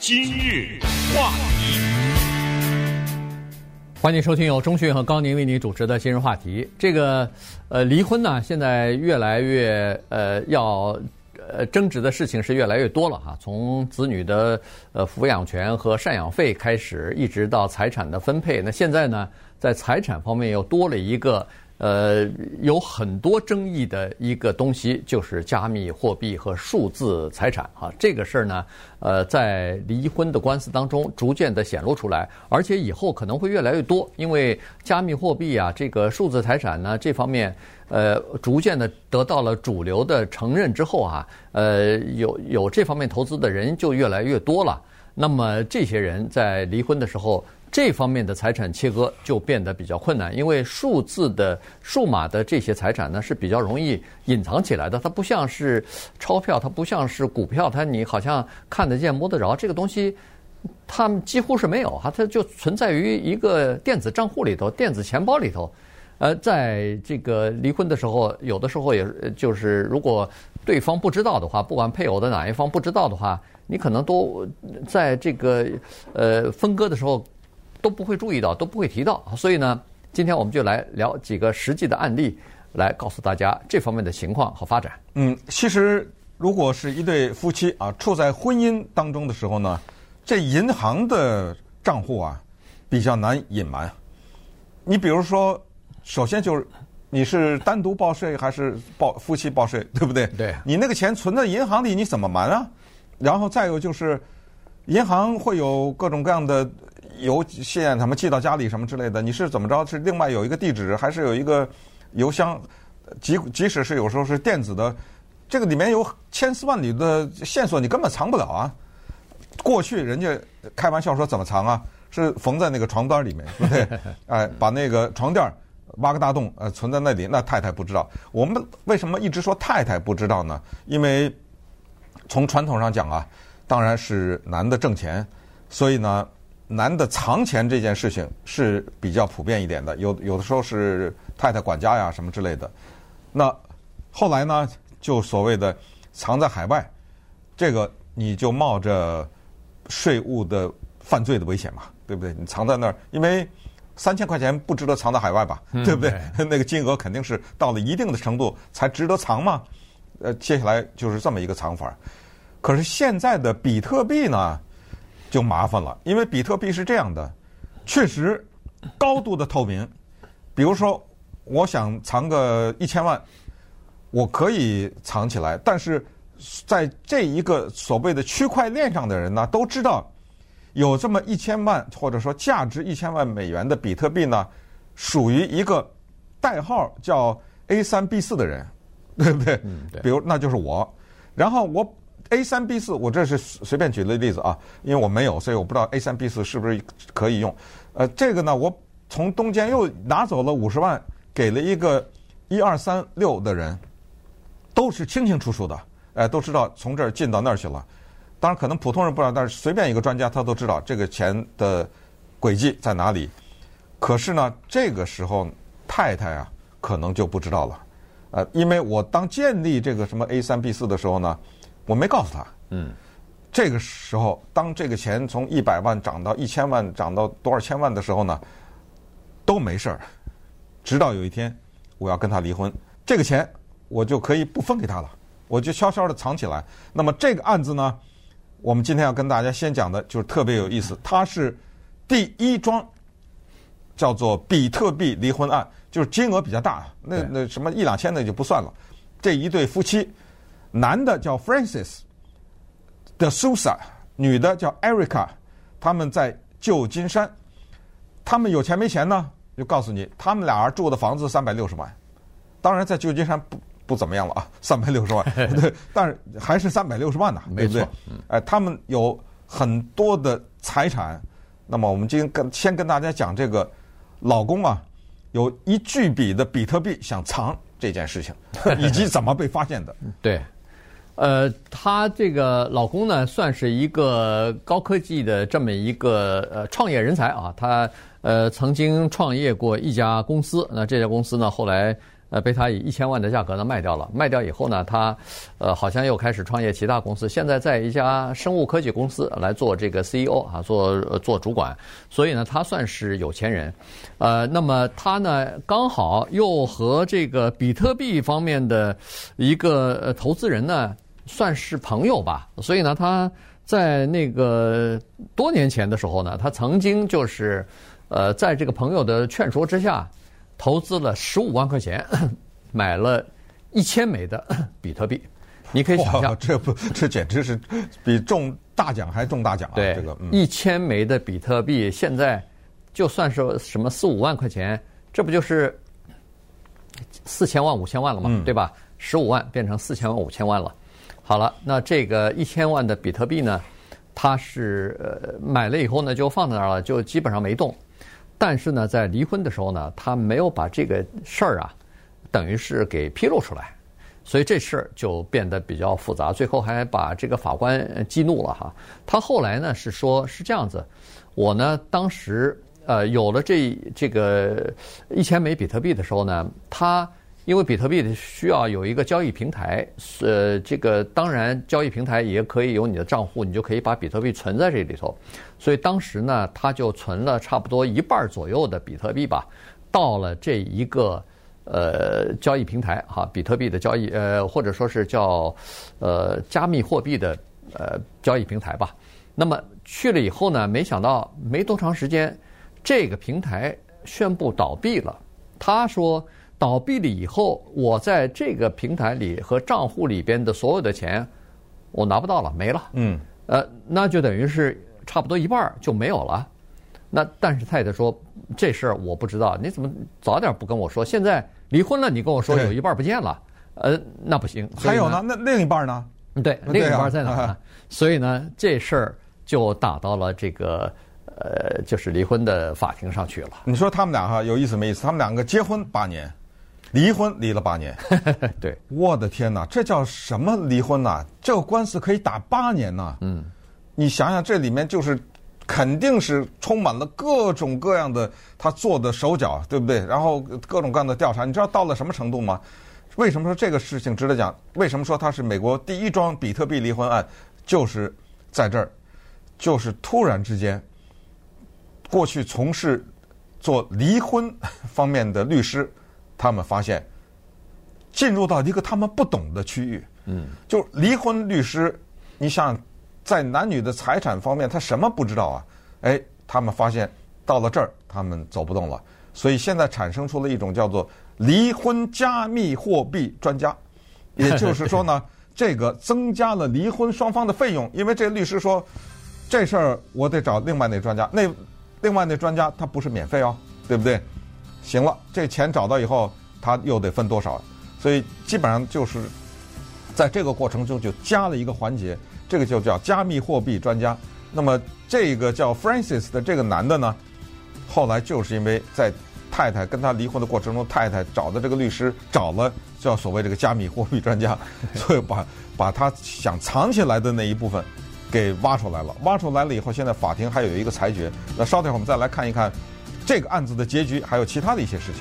今日话题， 欢迎收听由钟讯和高宁为你主持的今日话题。这个离婚呢，现在越来越要争执的事情是越来越多了哈。从子女的抚养权和赡养费开始，一直到财产的分配。那现在呢，在财产方面又多了一个有很多争议的一个东西，就是加密货币和数字财产啊。这个事儿呢，在离婚的官司当中逐渐的显露出来，而且以后可能会越来越多，因为加密货币啊，这个数字财产呢，这方面逐渐的得到了主流的承认之后啊，有这方面投资的人就越来越多了。那么这些人在离婚的时候，这方面的财产切割就变得比较困难，因为数码的这些财产呢是比较容易隐藏起来的，它不像是钞票，它不像是股票，它你好像看得见摸得着，这个东西它们几乎是没有哈，它就存在于一个电子账户里头、电子钱包里头。在这个离婚的时候，有的时候也就是如果对方不知道的话，不管配偶的哪一方不知道的话，你可能都在这个分割的时候都不会注意到，都不会提到。所以呢，今天我们就来聊几个实际的案例，来告诉大家这方面的情况和发展。 其实如果是一对夫妻啊，处在婚姻当中的时候呢，这银行的账户啊比较难隐瞒。你比如说，首先就是你是单独报税还是夫妻报税，对不对？ 对。 你那个钱存在银行里，你怎么瞒啊？然后再有就是，银行会有各种各样的邮件，什么寄到家里什么之类的，你是怎么着？是另外有一个地址，还是有一个邮箱？即使是有时候是电子的，这个里面有千丝万缕的线索，你根本藏不了啊。过去人家开玩笑说怎么藏啊？是缝在那个床单里面，对不对？把那个床垫挖个大洞，存在那里，那太太不知道。我们为什么一直说太太不知道呢？因为从传统上讲啊，当然是男的挣钱，所以呢，男的藏钱这件事情是比较普遍一点的。有的时候是太太管家呀什么之类的。那后来呢，就所谓的藏在海外，这个你就冒着税务的犯罪的危险嘛，对不对？你藏在那儿，因为3000块钱不值得藏在海外吧，对不对？那个金额肯定是到了一定的程度才值得藏嘛。接下来就是这么一个藏法。可是现在的比特币呢，就麻烦了，因为比特币是这样的，确实高度的透明。比如说，我想藏个1000万，我可以藏起来，但是在这一个所谓的区块链上的人呢，都知道有这么1000万，或者说价值1000万美元的比特币呢，属于一个代号叫 A3B4 的人，对不对？ 对。 比如那就是我，然后我 A3B4， 我这是随便举的例子啊，因为我没有，所以我不知道 A3B4 是不是可以用。这个呢，我从中间又拿走了50万，给了一个1236的人，都是清清楚楚的，都知道从这儿进到那儿去了。当然，可能普通人不知道，但是随便一个专家他都知道这个钱的轨迹在哪里。可是呢，这个时候太太啊，可能就不知道了。因为我当建立这个什么 A3B4 的时候呢，我没告诉他。这个时候，当这个钱从100万涨到1000万，涨到多少千万的时候呢，都没事儿。直到有一天，我要跟他离婚，这个钱我就可以不分给他了，我就悄悄的藏起来。那么这个案子呢，我们今天要跟大家先讲的就是特别有意思，它是第一桩叫做比特币离婚案，就是金额比较大，那什么1-2千的就不算了。这一对夫妻，男的叫 Francis de Sousa， 女的叫 Erica， 他们在旧金山。他们有钱没钱呢？就告诉你，他们俩住的房子360万，当然在旧金山不怎么样了啊，360万，对，但是还是360万呢，对不对？他们有很多的财产。那么我们今天先跟大家讲这个老公啊，有1巨笔的比特币想藏这件事情，以及怎么被发现的。 对。她这个老公呢，算是一个高科技的这么一个创业人才啊。他曾经创业过一家公司，那这家公司呢后来被他以1000万的价格呢卖掉了。卖掉以后呢，他好像又开始创业其他公司，现在在一家生物科技公司来做这个 CEO 啊，做主管。所以呢，他算是有钱人。那么他呢，刚好又和这个比特币方面的一个投资人呢算是朋友吧。所以呢，他在那个多年前的时候呢，他曾经就是在这个朋友的劝说之下，投资了15万块钱，买了1000枚的比特币。你可以想象， 这简直是比中大奖还中大奖啊！ 对， 这个 1000枚的比特币，现在就算是什么4-5万块钱，这不就是4000万、5000万了吗？对吧？15万变成4000万、5000万了。好了，那这个1000万的比特币呢，他是买了以后呢，就放在那儿了，就基本上没动。但是呢，在离婚的时候呢，他没有把这个事儿啊，等于是给披露出来，所以这事儿就变得比较复杂，最后还把这个法官激怒了哈。他后来呢是说，是这样子，我呢当时有了这个1000枚比特币的时候呢，他因为比特币需要有一个交易平台，这个当然交易平台也可以有你的账户，你就可以把比特币存在这里头。所以当时呢，他就存了差不多1半左右的比特币吧，到了这一个交易平台哈，比特币的交易或者说是叫加密货币的交易平台吧。那么去了以后呢，没想到没多长时间，这个平台宣布倒闭了。他说，倒闭了以后，我在这个平台里和账户里边的所有的钱，我拿不到了，没了。那就等于是差不多1半就没有了。那但是太太说，这事儿我不知道，你怎么早点不跟我说？现在离婚了，你跟我说有1半不见了，那不行。 还有呢，那另一半呢？ 对，另一半在哪呢？所以呢，这事儿就打到了这个就是离婚的法庭上去了。 你说他们俩哈有意思没意思？他们两个结婚8年。离婚离了8年， 对， 我的天哪，这叫什么离婚呐？这个官司可以打8年呐！你想想，这里面就是肯定是充满了各种各样的他做的手脚，对不对？然后各种各样的调查，你知道到了什么程度吗？为什么说这个事情值得讲？为什么说它是美国第一桩比特币离婚案？就是在这儿，就是突然之间，过去从事做离婚方面的律师。他们发现进入到一个他们不懂的区域，就离婚律师，你想在男女的财产方面他什么不知道啊？他们发现到了这儿他们走不动了，所以现在产生出了一种叫做离婚加密货币专家，也就是说呢，这个增加了离婚双方的费用，因为这个律师说这事儿我得找另外那专家，另外那专家他不是免费哦，对不对？行了，这钱找到以后，他又得分多少？所以基本上就是在这个过程中就加了一个环节，这个就叫加密货币专家。那么这个叫 Francis 的这个男的呢，后来就是因为在太太跟他离婚的过程中，太太找的这个律师找了叫所谓这个加密货币专家，所以把他想藏起来的那一部分给挖出来了。挖出来了以后，现在法庭还有一个裁决。那稍等会儿我们再来看一看这个案子的结局，还有其他的一些事情。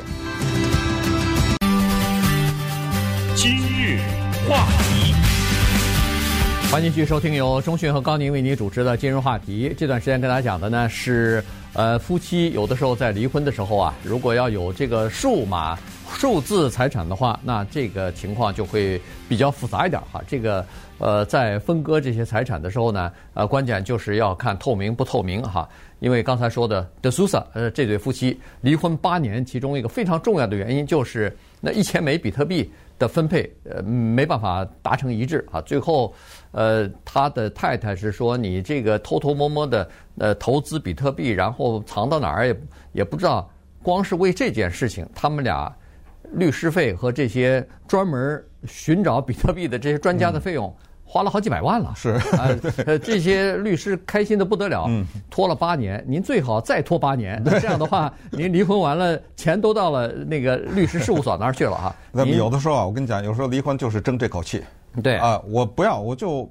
今日话题， 欢迎继续收听由钟迅和高宁为你主持的今日话题。这段时间跟大家讲的呢是，夫妻有的时候在离婚的时候啊，如果要有这个数字财产的话，那这个情况就会比较复杂一点哈。这个在分割这些财产的时候呢，关键就是要看透明不透明哈。因为刚才说的德苏萨这对夫妻离婚8年，其中一个非常重要的原因就是那1000枚比特币的分配没办法达成一致啊。最后他的太太是说，你这个偷偷摸摸的投资比特币，然后藏到哪儿也不知道。光是为这件事情，他们俩律师费和这些专门寻找比特币的这些专家的费用，花了好几百万了。 是这些律师开心的不得了，拖了8年，您最好再拖8年。这样的话，您离婚完了，钱都到了那个律师事务所那儿去了哈。 那有的时候啊，我跟你讲，有时候离婚就是争这口气。 对啊，我不要，我就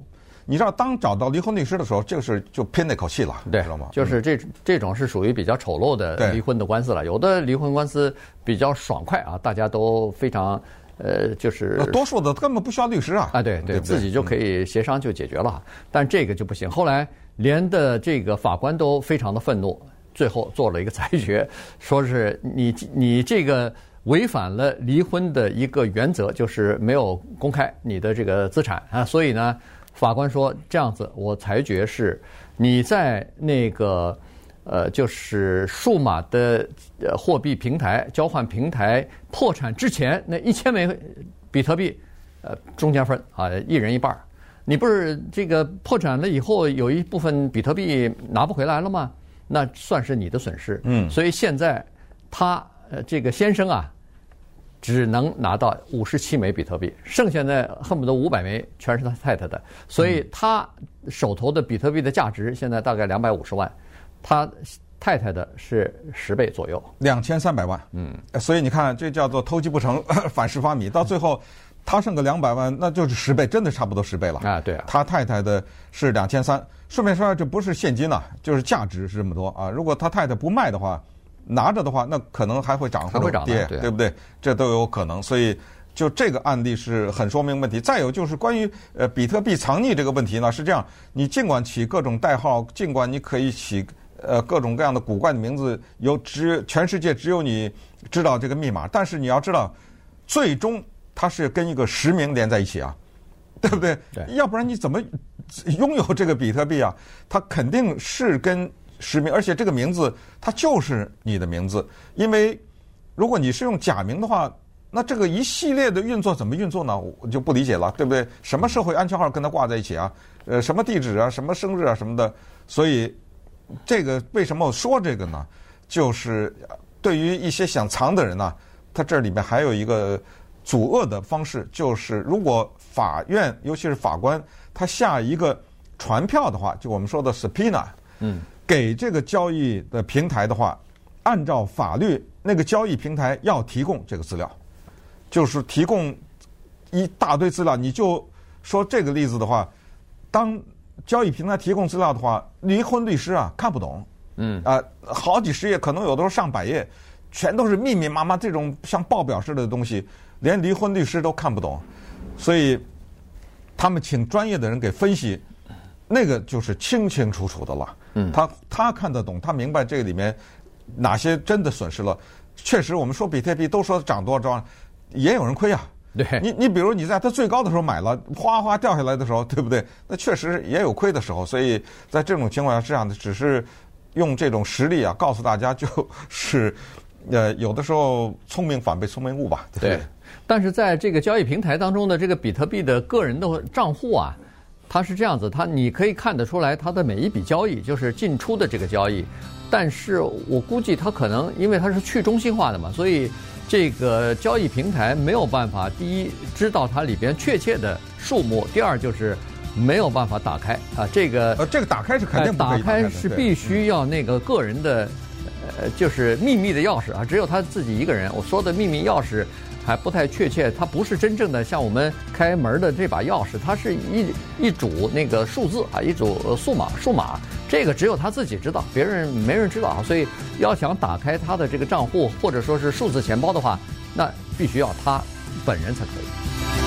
你知道，当找到离婚律师的时候，这个是就拼那口气了， 对， 知道吗？ 就是这种是属于比较丑陋的离婚的官司了。有的离婚官司比较爽快啊，大家都非常就是多数的根本不需要律师啊， 对， 对， 自己就可以协商就解决了。但这个就不行，后来连的这个法官都非常的愤怒，最后做了一个裁决，说是你这个违反了离婚的一个原则，就是没有公开你的这个资产啊，所以呢，法官说这样子，我裁决是你在那个就是数码的货币平台交换平台破产之前，那1000枚比特币中间分啊，一人一半。你不是这个破产了以后有一部分比特币拿不回来了吗？那算是你的损失。所以现在他这个先生啊，只能拿到57枚比特币，剩下的恨不得500枚全是他太太的，所以他手头的比特币的价值现在大概250万，他太太的是10倍左右 ，2300万。所以你看，这叫做偷鸡不成反蚀发米，到最后他剩个200万，那就是10倍，真的差不多10倍了啊！对啊， 他太太的是2300。顺便说，这不是现金呐，就是价值是这么多啊。如果他太太不卖的话，拿着的话，那可能还会涨或者跌，对不对？这都有可能。所以，就这个案例是很说明问题。再有就是关于比特币藏匿这个问题呢，是这样：你尽管起各种代号，尽管你可以起各种各样的古怪的名字，全世界只有你知道这个密码，但是你要知道，最终它是跟一个实名连在一起啊，对不对？ 对， 要不然你怎么拥有这个比特币啊？它肯定是跟实名，而且这个名字它就是你的名字，因为如果你是用假名的话，那这个一系列的运作怎么运作呢？我就不理解了，对不对？什么社会安全号跟它挂在一起啊？什么地址啊？什么生日啊？什么的？所以这个为什么我说这个呢？就是对于一些想藏的人呢，他这里面还有一个阻遏的方式，就是如果法院尤其是法官他下一个传票的话，就我们说的 subpoena，给这个交易的平台的话，按照法律，那个交易平台要提供这个资料，就是提供一大堆资料。你就说这个例子的话，当交易平台提供资料的话，离婚律师啊看不懂，好几十页，可能有的时候上百页，全都是密密麻麻这种像报表似的东西，连离婚律师都看不懂，所以他们请专业的人给分析，那个就是清清楚楚的了。他看得懂，他明白这个里面哪些真的损失了。确实，我们说比特币都说涨多少，也有人亏啊。 对， 你比如你在它最高的时候买了，哗哗掉下来的时候，对不对？那确实也有亏的时候。所以在这种情况下，这样的只是用这种实例啊，告诉大家，就是有的时候聪明反被聪明误吧。对。 但是在这个交易平台当中的这个比特币的个人的账户啊，它是这样子，你可以看得出来它的每一笔交易就是进出的这个交易，但是我估计它可能因为它是去中心化的嘛，所以这个交易平台没有办法，第一知道它里边确切的数目，第二就是没有办法打开啊。这个打开是肯定不可以打开是必须要那个个人的就是秘密的钥匙啊，只有他自己一个人。我说的秘密钥匙还不太确切，它不是真正的像我们开门的这把钥匙，它是一组那个数字啊，一组数码，这个只有他自己知道，别人没人知道啊。所以要想打开他的这个账户或者说是数字钱包的话，那必须要他本人才可以。